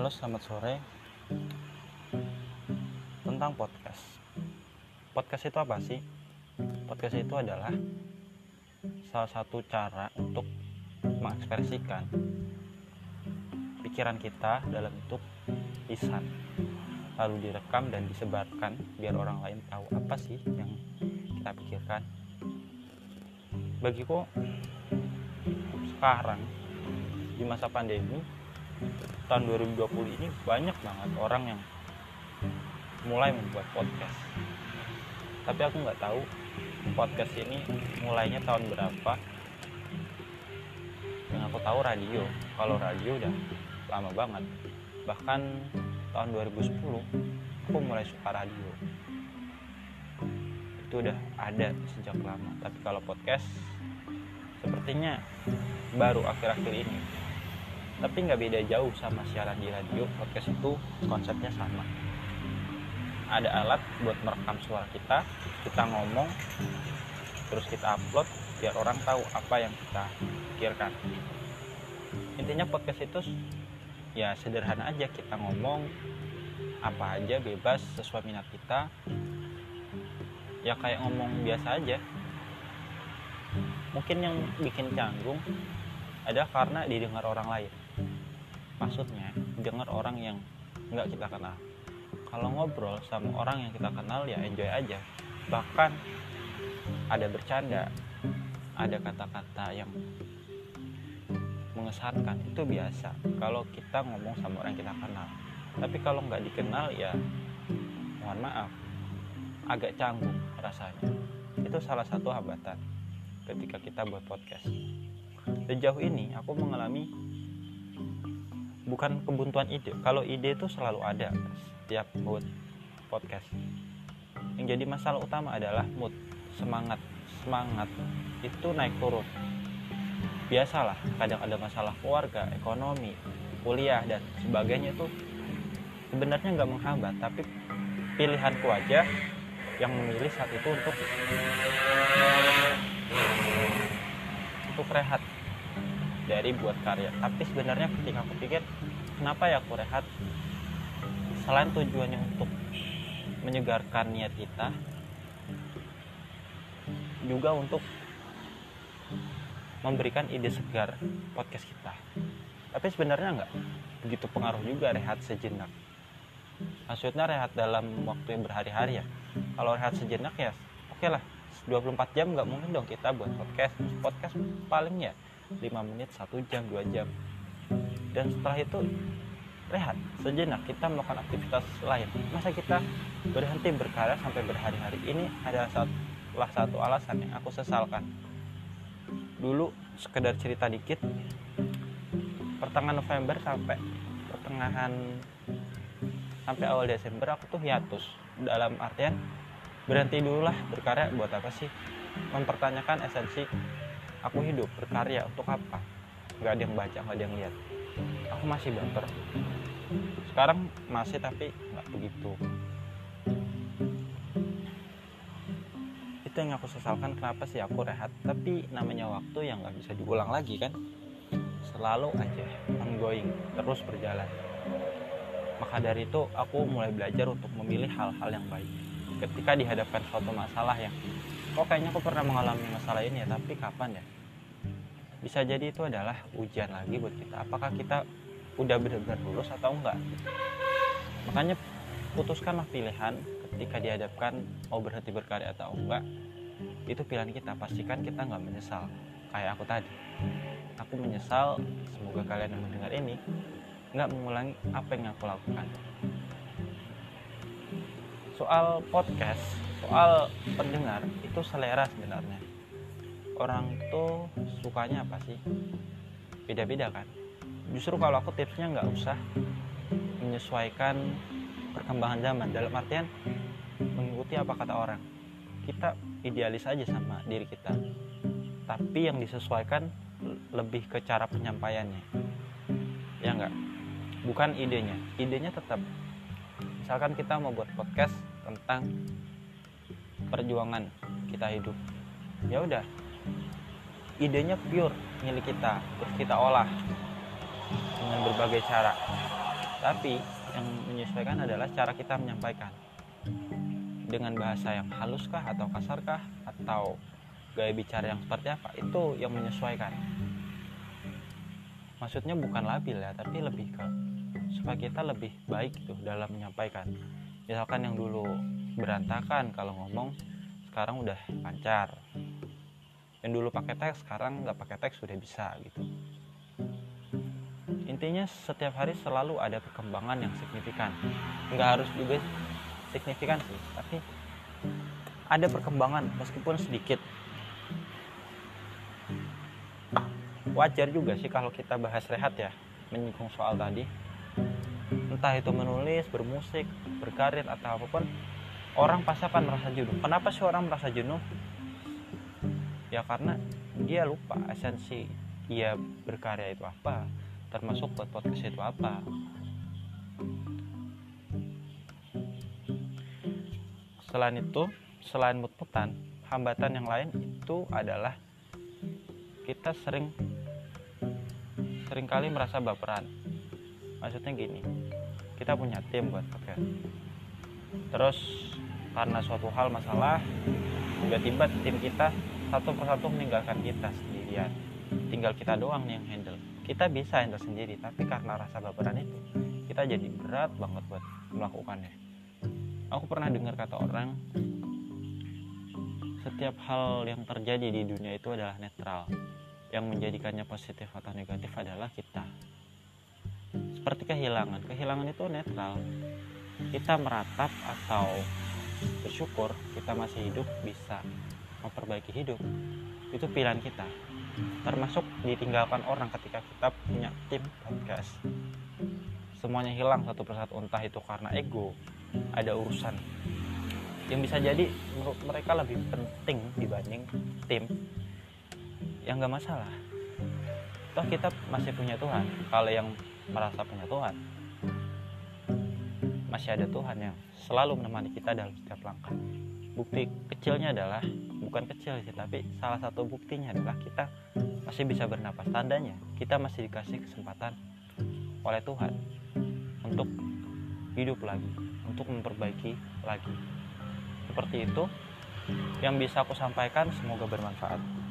Halo, selamat sore. Tentang podcast. Podcast itu apa sih? Podcast itu adalah salah satu cara untuk mengekspresikan pikiran kita dalam bentuk lisan, lalu direkam dan disebarkan biar orang lain tahu apa sih yang kita pikirkan. Bagiku sekarang di masa pandemi tahun 2020 ini banyak banget orang yang mulai membuat podcast. Tapi aku nggak tahu podcast ini mulainya tahun berapa. Yang aku tahu radio. Kalau radio udah lama banget. Bahkan tahun 2010 aku mulai suka radio. Itu udah ada sejak lama. Tapi kalau podcast sepertinya baru akhir-akhir ini. Tapi nggak beda jauh sama siaran di radio. Podcast itu konsepnya sama. Ada alat buat merekam suara kita ngomong, terus kita upload biar orang tahu apa yang kita pikirkan. Intinya podcast itu ya sederhana aja, kita ngomong apa aja bebas sesuai minat kita. Ya kayak ngomong biasa aja. Mungkin yang bikin canggung ada karena didengar orang lain. Maksudnya dengar orang yang nggak kita kenal. Kalau ngobrol sama orang yang kita kenal ya enjoy aja. Bahkan ada bercanda, ada kata-kata yang mengesankan, itu biasa kalau kita ngomong sama orang yang kita kenal. Tapi kalau nggak dikenal ya mohon maaf, agak canggung rasanya. Itu salah satu hambatan ketika kita buat podcast. Sejauh ini aku mengalami bukan kebuntuan ide. Kalau ide itu selalu ada setiap buat podcast. Yang jadi masalah utama adalah mood, semangat itu naik turun. Biasalah, kadang ada masalah keluarga, ekonomi, kuliah dan sebagainya. Itu sebenarnya nggak menghambat, tapi pilihanku aja yang memilih saat itu untuk rehat dari buat karya. Tapi sebenarnya ketika aku pikir, kenapa ya aku rehat? Selain tujuannya untuk menyegarkan niat kita, juga untuk memberikan ide segar podcast kita. Tapi sebenarnya nggak begitu pengaruh juga rehat sejenak. Maksudnya rehat dalam waktu yang berhari-hari ya. Kalau rehat sejenak ya oke lah, 24 jam nggak mungkin dong kita buat podcast paling ya 5 menit, 1 jam, 2 jam. Dan setelah itu rehat sejenak, kita melakukan aktivitas lain. Masa kita berhenti berkarya sampai berhari-hari? Ini adalah salah satu alasan yang aku sesalkan. Dulu sekedar cerita dikit, pertengahan November sampai awal Desember aku tuh hiatus. Dalam artian berhenti dulu lah berkarya. Buat apa sih mempertanyakan esensi aku hidup? Berkarya untuk apa? Gak ada yang baca, gak ada yang lihat. Aku masih baper. Sekarang masih, tapi gak begitu. Itu yang aku sesalkan, kenapa sih aku rehat. Tapi namanya waktu yang gak bisa diulang lagi kan. Selalu aja ongoing, terus berjalan. Maka dari itu aku mulai belajar untuk memilih hal-hal yang baik. Ketika dihadapkan suatu masalah yang kayaknya aku pernah mengalami masalah ini ya, tapi kapan ya? Bisa jadi itu adalah ujian lagi buat kita. Apakah kita udah benar-benar lulus atau enggak? Makanya putuskanlah pilihan ketika dihadapkan mau berhenti berkarya atau enggak. Itu pilihan kita. Pastikan kita enggak menyesal. Kayak aku tadi. Aku menyesal, semoga kalian yang mendengar ini enggak mengulangi apa yang aku lakukan. Soal podcast, soal pendengar, itu selera sebenarnya. Orang tuh sukanya apa sih? Beda-beda kan? Justru kalau aku tipsnya nggak usah menyesuaikan perkembangan zaman. Dalam artian mengikuti apa kata orang. Kita idealis aja sama diri kita. Tapi yang disesuaikan lebih ke cara penyampaiannya. Ya nggak? Bukan idenya. Idenya tetap. Misalkan kita mau buat podcast tentang perjuangan kita hidup. Ya udah. Idenya pure milik kita, terus kita olah dengan berbagai cara. Tapi yang menyesuaikan adalah cara kita menyampaikan, dengan bahasa yang haluskah atau kasarkah, atau gaya bicara yang seperti apa, itu yang menyesuaikan. Maksudnya bukan labil ya, tapi lebih ke supaya kita lebih baik gitu dalam menyampaikan. Misalkan yang dulu berantakan kalau ngomong, sekarang udah lancar. Yang dulu pakai teks, sekarang nggak pakai teks sudah bisa gitu. Intinya setiap hari selalu ada perkembangan yang signifikan. Nggak harus juga signifikan sih, tapi ada perkembangan meskipun sedikit. Wajar juga sih kalau kita bahas rehat ya, menyinggung soal tadi. Entah itu menulis, bermusik, berkarir, atau apapun, orang pasti akan merasa jenuh. Kenapa sih orang merasa jenuh? Ya karena dia lupa esensi dia berkarya itu apa, termasuk buat podcast itu apa. Selain itu, selain mut-mutan, hambatan yang lain itu adalah kita seringkali merasa baperan. Maksudnya gini, kita punya tim buat podcast, terus karena suatu hal masalah, tiba-tiba tim kita satu persatu meninggalkan kita sendirian, tinggal kita doang nih yang handle. Kita bisa handle sendiri, tapi karena rasa baperan itu, kita jadi berat banget buat melakukannya. Aku pernah dengar kata orang, setiap hal yang terjadi di dunia itu adalah netral. Yang menjadikannya positif atau negatif adalah kita. Seperti kehilangan itu netral. Kita meratap atau bersyukur kita masih hidup, bisa memperbaiki hidup, itu pilihan kita. Termasuk ditinggalkan orang ketika kita punya tim podcast. Semuanya hilang satu persatu, entah itu karena ego, ada urusan yang bisa jadi menurut mereka lebih penting dibanding tim, yang gak masalah. Toh kita masih punya Tuhan. Kalau yang merasa punya Tuhan, masih ada Tuhan yang selalu menemani kita dalam setiap langkah. Bukti kecilnya adalah, bukan kecil sih, tapi salah satu buktinya adalah kita masih bisa bernapas. Tandanya kita masih dikasih kesempatan oleh Tuhan untuk hidup lagi, untuk memperbaiki lagi. Seperti itu yang bisa aku sampaikan, semoga bermanfaat.